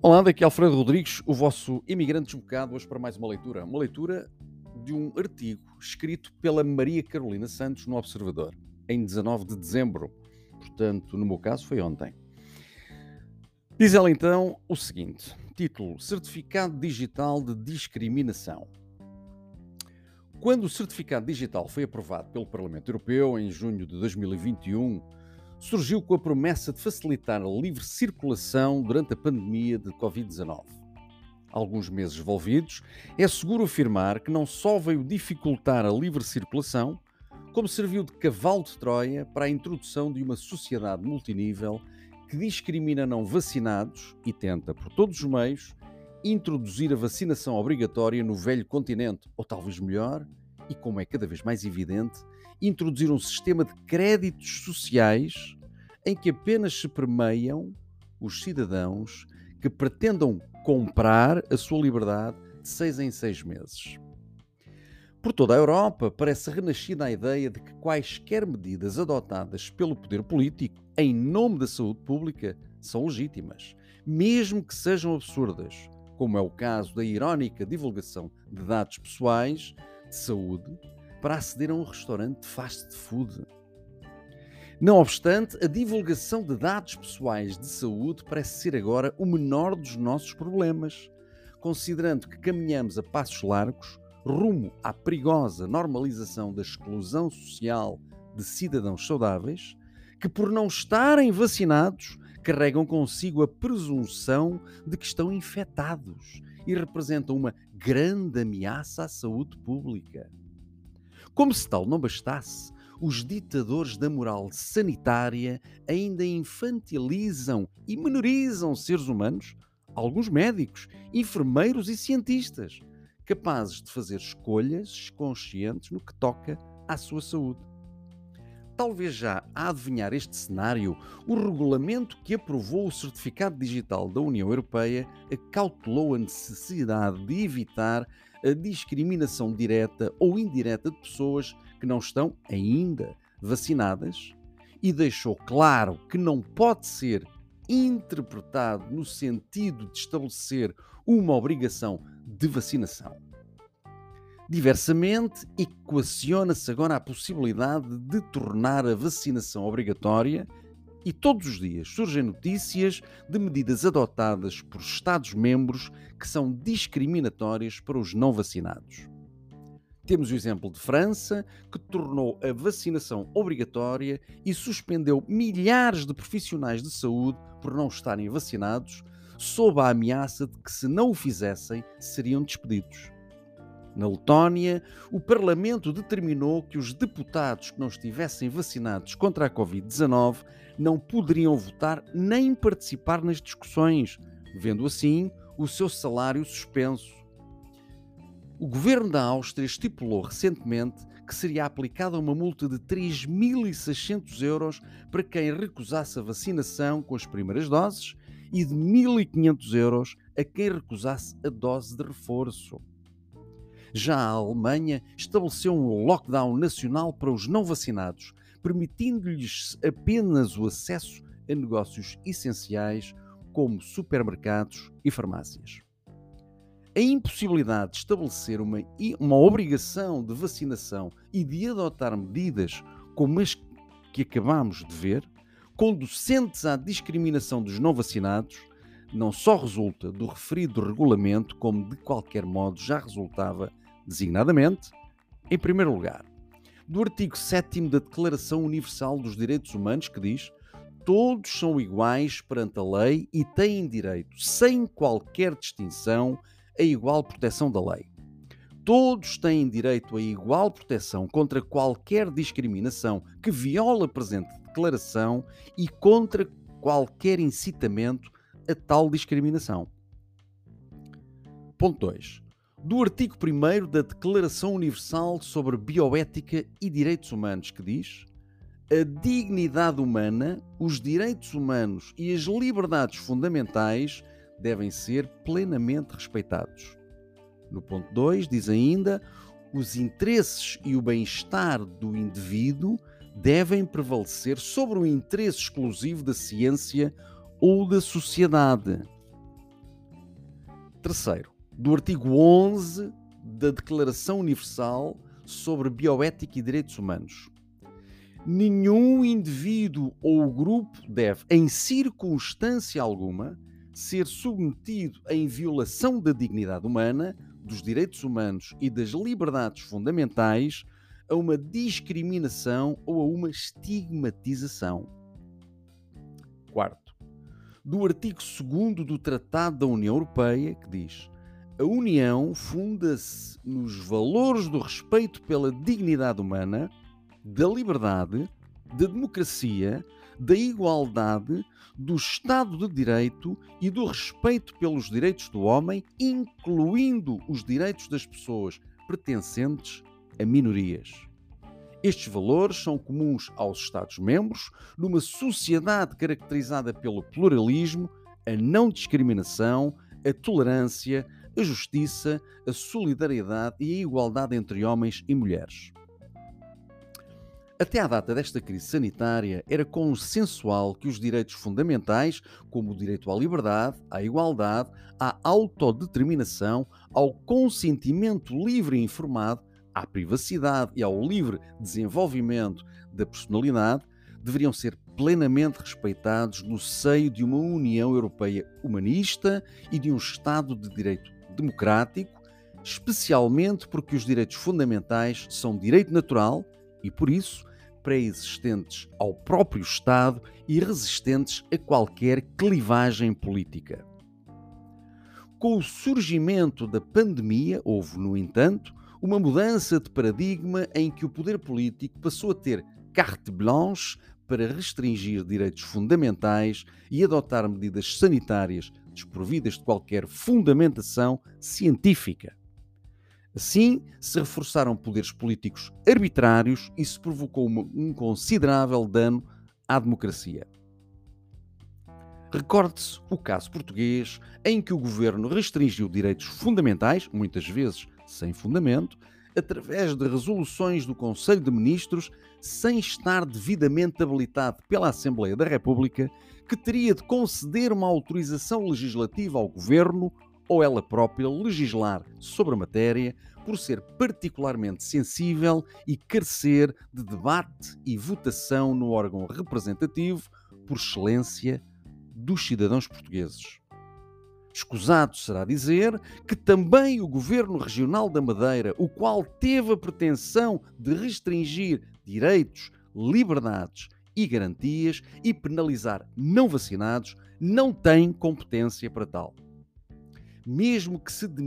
Olá, daqui é Alfredo Rodrigues, o vosso imigrante desbocado, hoje para mais uma leitura. Uma leitura de um artigo escrito pela Maria Carolina Santos no Observador, em 19 de dezembro. Portanto, no meu caso, foi ontem. Diz ela então o seguinte, título: Certificado Digital de Discriminação. Quando o certificado digital foi aprovado pelo Parlamento Europeu em junho de 2021, surgiu com a promessa de facilitar a livre circulação durante a pandemia de Covid-19. Alguns meses envolvidos, é seguro afirmar que não só veio dificultar a livre circulação, como serviu de cavalo de Troia para a introdução de uma sociedade multinível que discrimina não vacinados e tenta, por todos os meios, introduzir a vacinação obrigatória no velho continente, ou talvez melhor, e como é cada vez mais evidente, introduzir um sistema de créditos sociais em que apenas se premiam os cidadãos que pretendam comprar a sua liberdade de 6 em 6 meses. Por toda a Europa, parece renascida a ideia de que quaisquer medidas adotadas pelo poder político em nome da saúde pública são legítimas, mesmo que sejam absurdas, como é o caso da irónica divulgação de dados pessoais de saúde para aceder a um restaurante de fast food. Não obstante, a divulgação de dados pessoais de saúde parece ser agora o menor dos nossos problemas, considerando que caminhamos a passos largos rumo à perigosa normalização da exclusão social de cidadãos saudáveis que, por não estarem vacinados, carregam consigo a presunção de que estão infectados e representam uma grande ameaça à saúde pública. Como se tal não bastasse, os ditadores da moral sanitária ainda infantilizam e menorizam seres humanos, alguns médicos, enfermeiros e cientistas, capazes de fazer escolhas conscientes no que toca à sua saúde. Talvez já a adivinhar este cenário, o regulamento que aprovou o certificado digital da União Europeia acautelou a necessidade de evitar a discriminação direta ou indireta de pessoas que não estão ainda vacinadas e deixou claro que não pode ser interpretado no sentido de estabelecer uma obrigação de vacinação. Diversamente, equaciona-se agora a possibilidade de tornar a vacinação obrigatória e todos os dias surgem notícias de medidas adotadas por Estados-membros que são discriminatórias para os não vacinados. Temos o exemplo de França, que tornou a vacinação obrigatória e suspendeu milhares de profissionais de saúde por não estarem vacinados, sob a ameaça de que, se não o fizessem, seriam despedidos. Na Letónia, o Parlamento determinou que os deputados que não estivessem vacinados contra a Covid-19 não poderiam votar nem participar nas discussões, vendo assim o seu salário suspenso. O governo da Áustria estipulou recentemente que seria aplicada uma multa de 3.600 euros para quem recusasse a vacinação com as primeiras doses e de 1.500 euros a quem recusasse a dose de reforço. Já a Alemanha estabeleceu um lockdown nacional para os não vacinados, permitindo-lhes apenas o acesso a negócios essenciais como supermercados e farmácias. A impossibilidade de estabelecer uma obrigação de vacinação e de adotar medidas como as que acabamos de ver, conducentes à discriminação dos não vacinados, não só resulta do referido regulamento, como de qualquer modo já resultava, designadamente, em primeiro lugar, do artigo 7º da Declaração Universal dos Direitos Humanos, que diz: todos são iguais perante a lei e têm direito, sem qualquer distinção, a igual proteção da lei. Todos têm direito a igual proteção contra qualquer discriminação que viole a presente declaração e contra qualquer incitamento a tal discriminação. Ponto 2. Do artigo 1º da Declaração Universal sobre Bioética e Direitos Humanos, que diz: a dignidade humana, os direitos humanos e as liberdades fundamentais devem ser plenamente respeitados. No ponto 2 diz ainda: os interesses e o bem-estar do indivíduo devem prevalecer sobre o interesse exclusivo da ciência ou da sociedade. Terceiro, do artigo 11 da Declaração Universal sobre Bioética e Direitos Humanos. Nenhum indivíduo ou grupo deve, em circunstância alguma, ser submetido em violação da dignidade humana, dos direitos humanos e das liberdades fundamentais a uma discriminação ou a uma estigmatização. Quarto, do artigo 2º do Tratado da União Europeia, que diz: a União funda-se nos valores do respeito pela dignidade humana, da liberdade, da democracia, da igualdade, do Estado de Direito e do respeito pelos direitos do homem, incluindo os direitos das pessoas pertencentes a minorias. Estes valores são comuns aos Estados-membros numa sociedade caracterizada pelo pluralismo, a não discriminação, a tolerância, a justiça, a solidariedade e a igualdade entre homens e mulheres. Até à data desta crise sanitária, era consensual que os direitos fundamentais, como o direito à liberdade, à igualdade, à autodeterminação, ao consentimento livre e informado, à privacidade e ao livre desenvolvimento da personalidade, deveriam ser plenamente respeitados no seio de uma União Europeia humanista e de um Estado de Direito democrático, especialmente porque os direitos fundamentais são direito natural e, por isso, pré-existentes ao próprio Estado e resistentes a qualquer clivagem política. Com o surgimento da pandemia, houve, no entanto, uma mudança de paradigma em que o poder político passou a ter carte blanche para restringir direitos fundamentais e adotar medidas sanitárias desprovidas de qualquer fundamentação científica. Assim, se reforçaram poderes políticos arbitrários e se provocou um considerável dano à democracia. Recorde-se o caso português, em que o governo restringiu direitos fundamentais, muitas vezes sem fundamento, através de resoluções do Conselho de Ministros, sem estar devidamente habilitado pela Assembleia da República, que teria de conceder uma autorização legislativa ao governo ou ela própria legislar sobre a matéria, por ser particularmente sensível e carecer de debate e votação no órgão representativo, por excelência, dos cidadãos portugueses. Escusado será dizer que também o Governo Regional da Madeira, o qual teve a pretensão de restringir direitos, liberdades e garantias e penalizar não vacinados, não tem competência para tal. Mesmo que se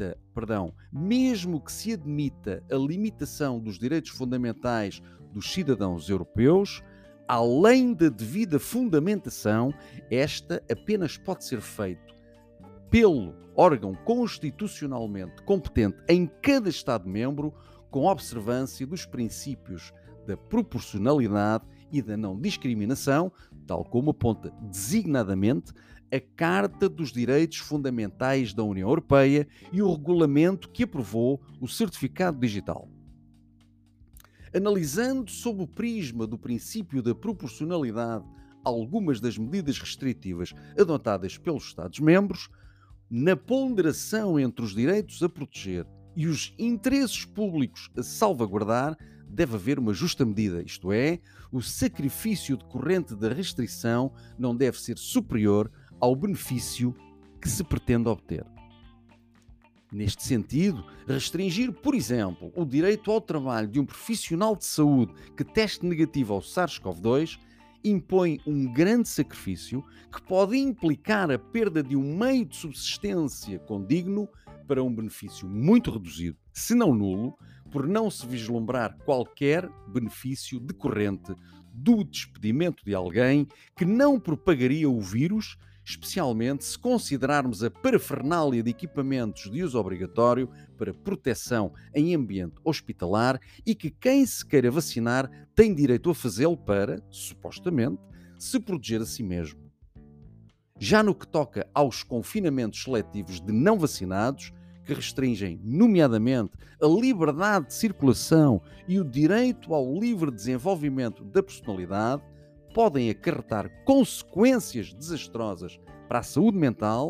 admita a limitação dos direitos fundamentais dos cidadãos europeus, além da devida fundamentação, esta apenas pode ser feita pelo órgão constitucionalmente competente em cada Estado-membro, com observância dos princípios da proporcionalidade e da não discriminação, tal como aponta designadamente a Carta dos Direitos Fundamentais da União Europeia e o regulamento que aprovou o certificado digital. Analisando sob o prisma do princípio da proporcionalidade algumas das medidas restritivas adotadas pelos Estados-membros, na ponderação entre os direitos a proteger e os interesses públicos a salvaguardar, deve haver uma justa medida, isto é, o sacrifício decorrente da restrição não deve ser superior ao benefício que se pretende obter. Neste sentido, restringir, por exemplo, o direito ao trabalho de um profissional de saúde que teste negativo ao SARS-CoV-2 impõe um grande sacrifício que pode implicar a perda de um meio de subsistência condigno para um benefício muito reduzido, se não nulo, por não se vislumbrar qualquer benefício decorrente do despedimento de alguém que não propagaria o vírus, especialmente se considerarmos a parafernália de equipamentos de uso obrigatório para proteção em ambiente hospitalar e que quem se queira vacinar tem direito a fazê-lo para, supostamente, se proteger a si mesmo. Já no que toca aos confinamentos seletivos de não vacinados, que restringem, nomeadamente, a liberdade de circulação e o direito ao livre desenvolvimento da personalidade, podem acarretar consequências desastrosas para a saúde mental,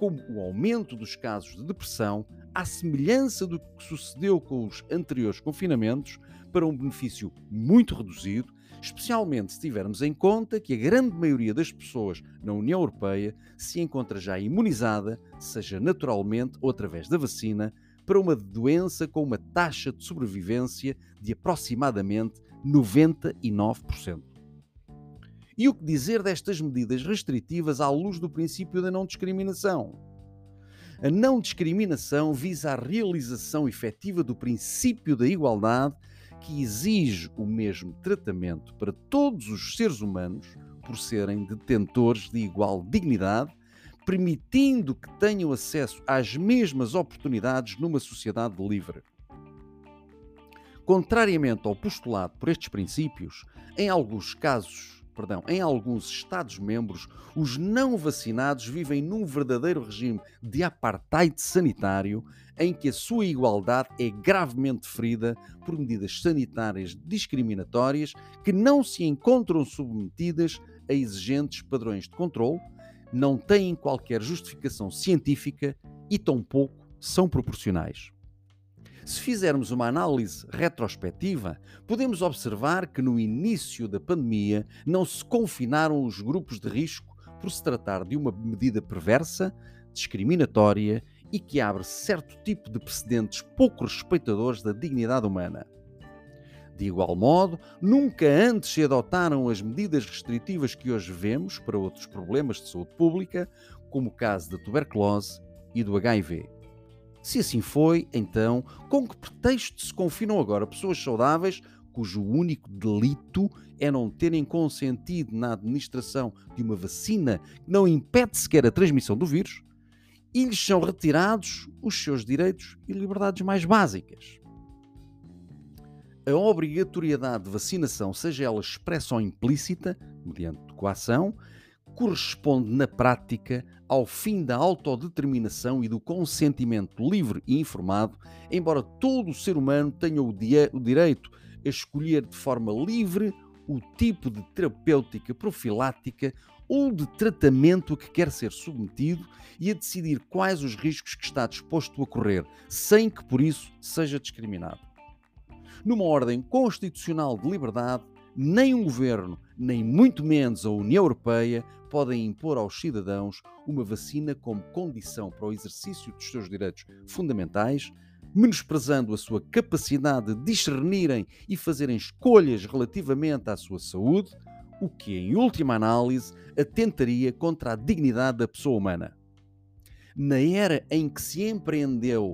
como o aumento dos casos de depressão, à semelhança do que sucedeu com os anteriores confinamentos, para um benefício muito reduzido, especialmente se tivermos em conta que a grande maioria das pessoas na União Europeia se encontra já imunizada, seja naturalmente ou através da vacina, para uma doença com uma taxa de sobrevivência de aproximadamente 99%. E o que dizer destas medidas restritivas à luz do princípio da não discriminação? A não discriminação visa a realização efetiva do princípio da igualdade, que exige o mesmo tratamento para todos os seres humanos, por serem detentores de igual dignidade, permitindo que tenham acesso às mesmas oportunidades numa sociedade livre. Contrariamente ao postulado por estes princípios, em alguns Estados-membros, os não vacinados vivem num verdadeiro regime de apartheid sanitário, em que a sua igualdade é gravemente ferida por medidas sanitárias discriminatórias que não se encontram submetidas a exigentes padrões de controle, não têm qualquer justificação científica e tampouco são proporcionais. Se fizermos uma análise retrospectiva, podemos observar que no início da pandemia não se confinaram os grupos de risco por se tratar de uma medida perversa, discriminatória e que abre certo tipo de precedentes pouco respeitadores da dignidade humana. De igual modo, nunca antes se adotaram as medidas restritivas que hoje vemos para outros problemas de saúde pública, como o caso da tuberculose e do HIV. Se assim foi, então, com que pretexto se confinam agora pessoas saudáveis cujo único delito é não terem consentido na administração de uma vacina que não impede sequer a transmissão do vírus, e lhes são retirados os seus direitos e liberdades mais básicas? A obrigatoriedade de vacinação, seja ela expressa ou implícita, mediante coação, corresponde na prática ao fim da autodeterminação e do consentimento livre e informado, embora todo o ser humano tenha o direito a escolher de forma livre o tipo de terapêutica profilática ou de tratamento a que quer ser submetido e a decidir quais os riscos que está disposto a correr, sem que por isso seja discriminado. Numa ordem constitucional de liberdade, nem um governo, nem muito menos a União Europeia, podem impor aos cidadãos uma vacina como condição para o exercício dos seus direitos fundamentais, menosprezando a sua capacidade de discernirem e fazerem escolhas relativamente à sua saúde, o que, em última análise, atentaria contra a dignidade da pessoa humana. Na era em que se empreendeu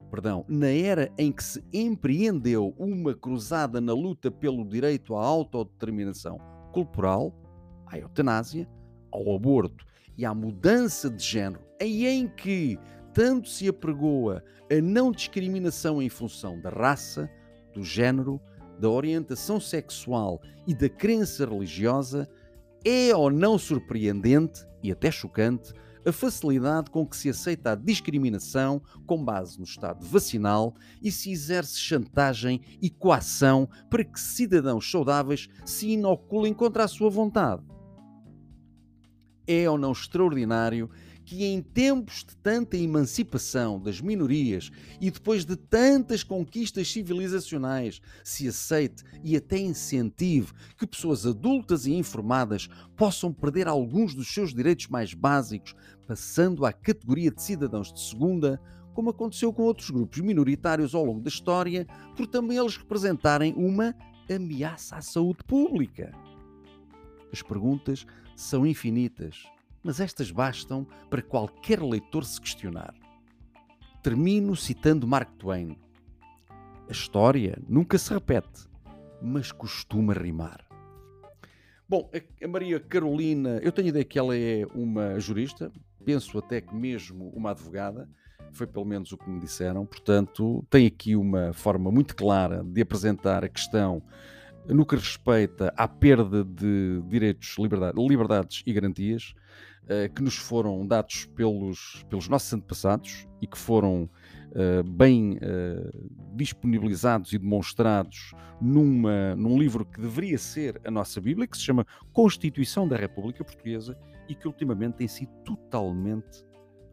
uma cruzada na luta pelo direito à autodeterminação corporal, à eutanásia, ao aborto e à mudança de género, e em que tanto se apregoa a não discriminação em função da raça, do género, da orientação sexual e da crença religiosa, é ou não surpreendente e até chocante a facilidade com que se aceita a discriminação com base no estado vacinal e se exerce chantagem e coação para que cidadãos saudáveis se inoculem contra a sua vontade. É ou não extraordinário que em tempos de tanta emancipação das minorias e depois de tantas conquistas civilizacionais se aceite e até incentive que pessoas adultas e informadas possam perder alguns dos seus direitos mais básicos, passando à categoria de cidadãos de segunda, como aconteceu com outros grupos minoritários ao longo da história, por também eles representarem uma ameaça à saúde pública. As perguntas são infinitas, mas estas bastam para qualquer leitor se questionar. Termino citando Mark Twain. A história nunca se repete, mas costuma rimar. Bom, a Maria Carolina, eu tenho a ideia que ela é uma jurista, penso até que mesmo uma advogada, foi pelo menos o que me disseram, portanto, tem aqui uma forma muito clara de apresentar a questão no que respeita à perda de direitos, liberdades e garantias que nos foram dados pelos nossos antepassados e que foram bem disponibilizados e demonstrados num livro que deveria ser a nossa Bíblia, que se chama Constituição da República Portuguesa e que ultimamente tem sido totalmente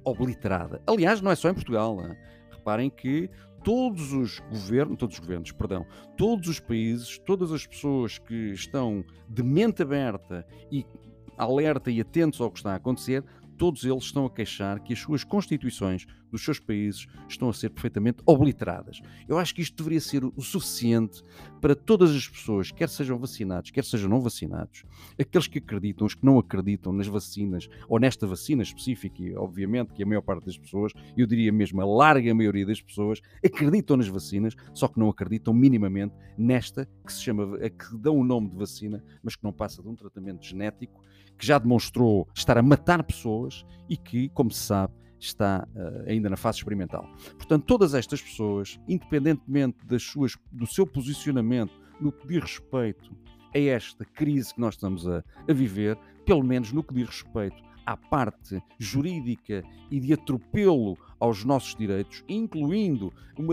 obliterada. Aliás, não é só em Portugal. Reparem que todos os governos, todos os países, todas as pessoas que estão de mente aberta e alerta e atentos ao que está a acontecer, todos eles estão a queixar que as suas constituições dos seus países estão a ser perfeitamente obliteradas. Eu acho que isto deveria ser o suficiente para todas as pessoas, quer sejam vacinados, quer sejam não vacinados, aqueles que acreditam, os que não acreditam nas vacinas, ou nesta vacina específica, e obviamente que a maior parte das pessoas, eu diria mesmo a larga maioria das pessoas, acreditam nas vacinas, só que não acreditam minimamente nesta que se chama, a que dão o nome de vacina, mas que não passa de um tratamento genético, que já demonstrou estar a matar pessoas e que, como se sabe, está ainda na fase experimental. Portanto, todas estas pessoas, independentemente do seu posicionamento no que diz respeito a esta crise que nós estamos a viver, pelo menos no que diz respeito à parte jurídica e de atropelo aos nossos direitos, incluindo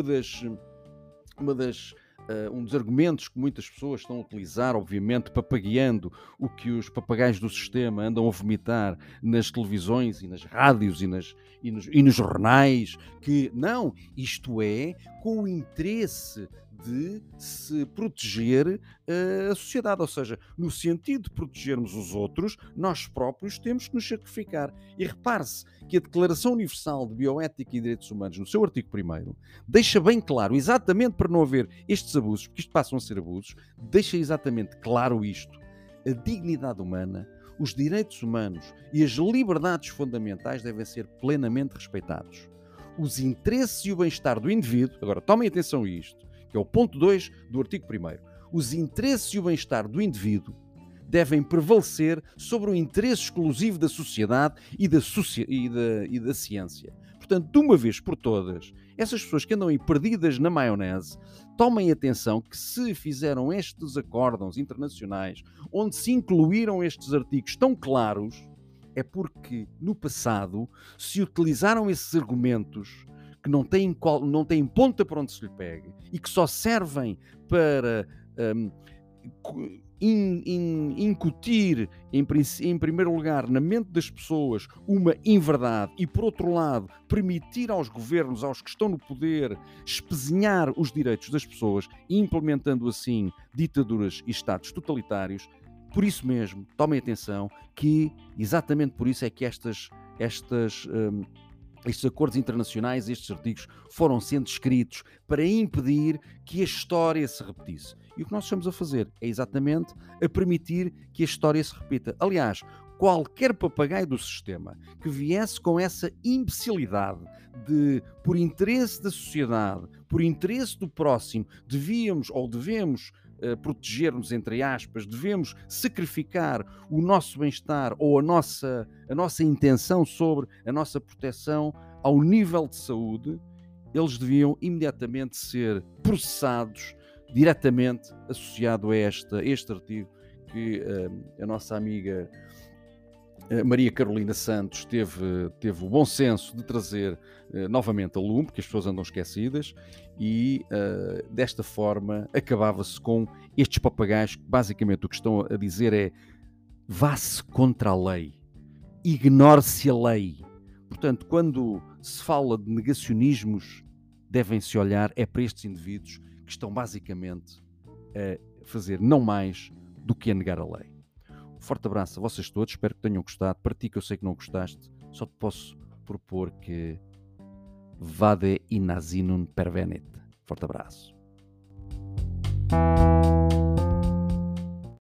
um dos argumentos que muitas pessoas estão a utilizar, obviamente papagueando o que os papagaios do sistema andam a vomitar nas televisões e nas rádios e nos jornais, que não, isto é com o interesse de se proteger a sociedade, ou seja, no sentido de protegermos os outros, nós próprios temos que nos sacrificar. E repare-se que a Declaração Universal de Bioética e Direitos Humanos, no seu artigo 1º, deixa bem claro, exatamente para não haver estes abusos, porque isto passam a ser abusos, deixa exatamente claro isto: a dignidade humana, os direitos humanos e as liberdades fundamentais devem ser plenamente respeitados. Os interesses e o bem-estar do indivíduo, agora tomem atenção a isto, que é o ponto 2 do artigo 1º, os interesses e o bem-estar do indivíduo devem prevalecer sobre o interesse exclusivo da sociedade e da ciência. Portanto, de uma vez por todas, essas pessoas que andam aí perdidas na maionese, tomem atenção que se fizeram estes acórdãos internacionais, onde se incluíram estes artigos tão claros, é porque no passado se utilizaram esses argumentos que não têm ponta para onde se lhe pegue e que só servem para incutir, em primeiro lugar, na mente das pessoas uma inverdade e, por outro lado, permitir aos governos, aos que estão no poder, espezinhar os direitos das pessoas, implementando assim ditaduras e estados totalitários. Por isso mesmo, tomem atenção que, exatamente por isso é que estes acordos internacionais, estes artigos, foram sendo escritos para impedir que a história se repetisse. E o que nós estamos a fazer é exatamente a permitir que a história se repita. Aliás, qualquer papagaio do sistema que viesse com essa imbecilidade de, por interesse da sociedade, por interesse do próximo, devemos proteger-nos, entre aspas, devemos sacrificar o nosso bem-estar ou a nossa intenção sobre a nossa proteção ao nível de saúde, eles deviam imediatamente ser processados, diretamente associado a este artigo que a nossa amiga Maria Carolina Santos teve o bom senso de trazer novamente a lume, porque as pessoas andam esquecidas, e desta forma acabava-se com estes papagaios que basicamente o que estão a dizer é: vá-se contra a lei, ignore-se a lei. Portanto, quando se fala de negacionismos, devem-se olhar para estes indivíduos que estão basicamente a fazer não mais do que a negar a lei. Forte abraço a vocês todos, espero que tenham gostado. Para ti, que eu sei que não gostaste, só te posso propor que vade in asinum pervenet. Forte abraço.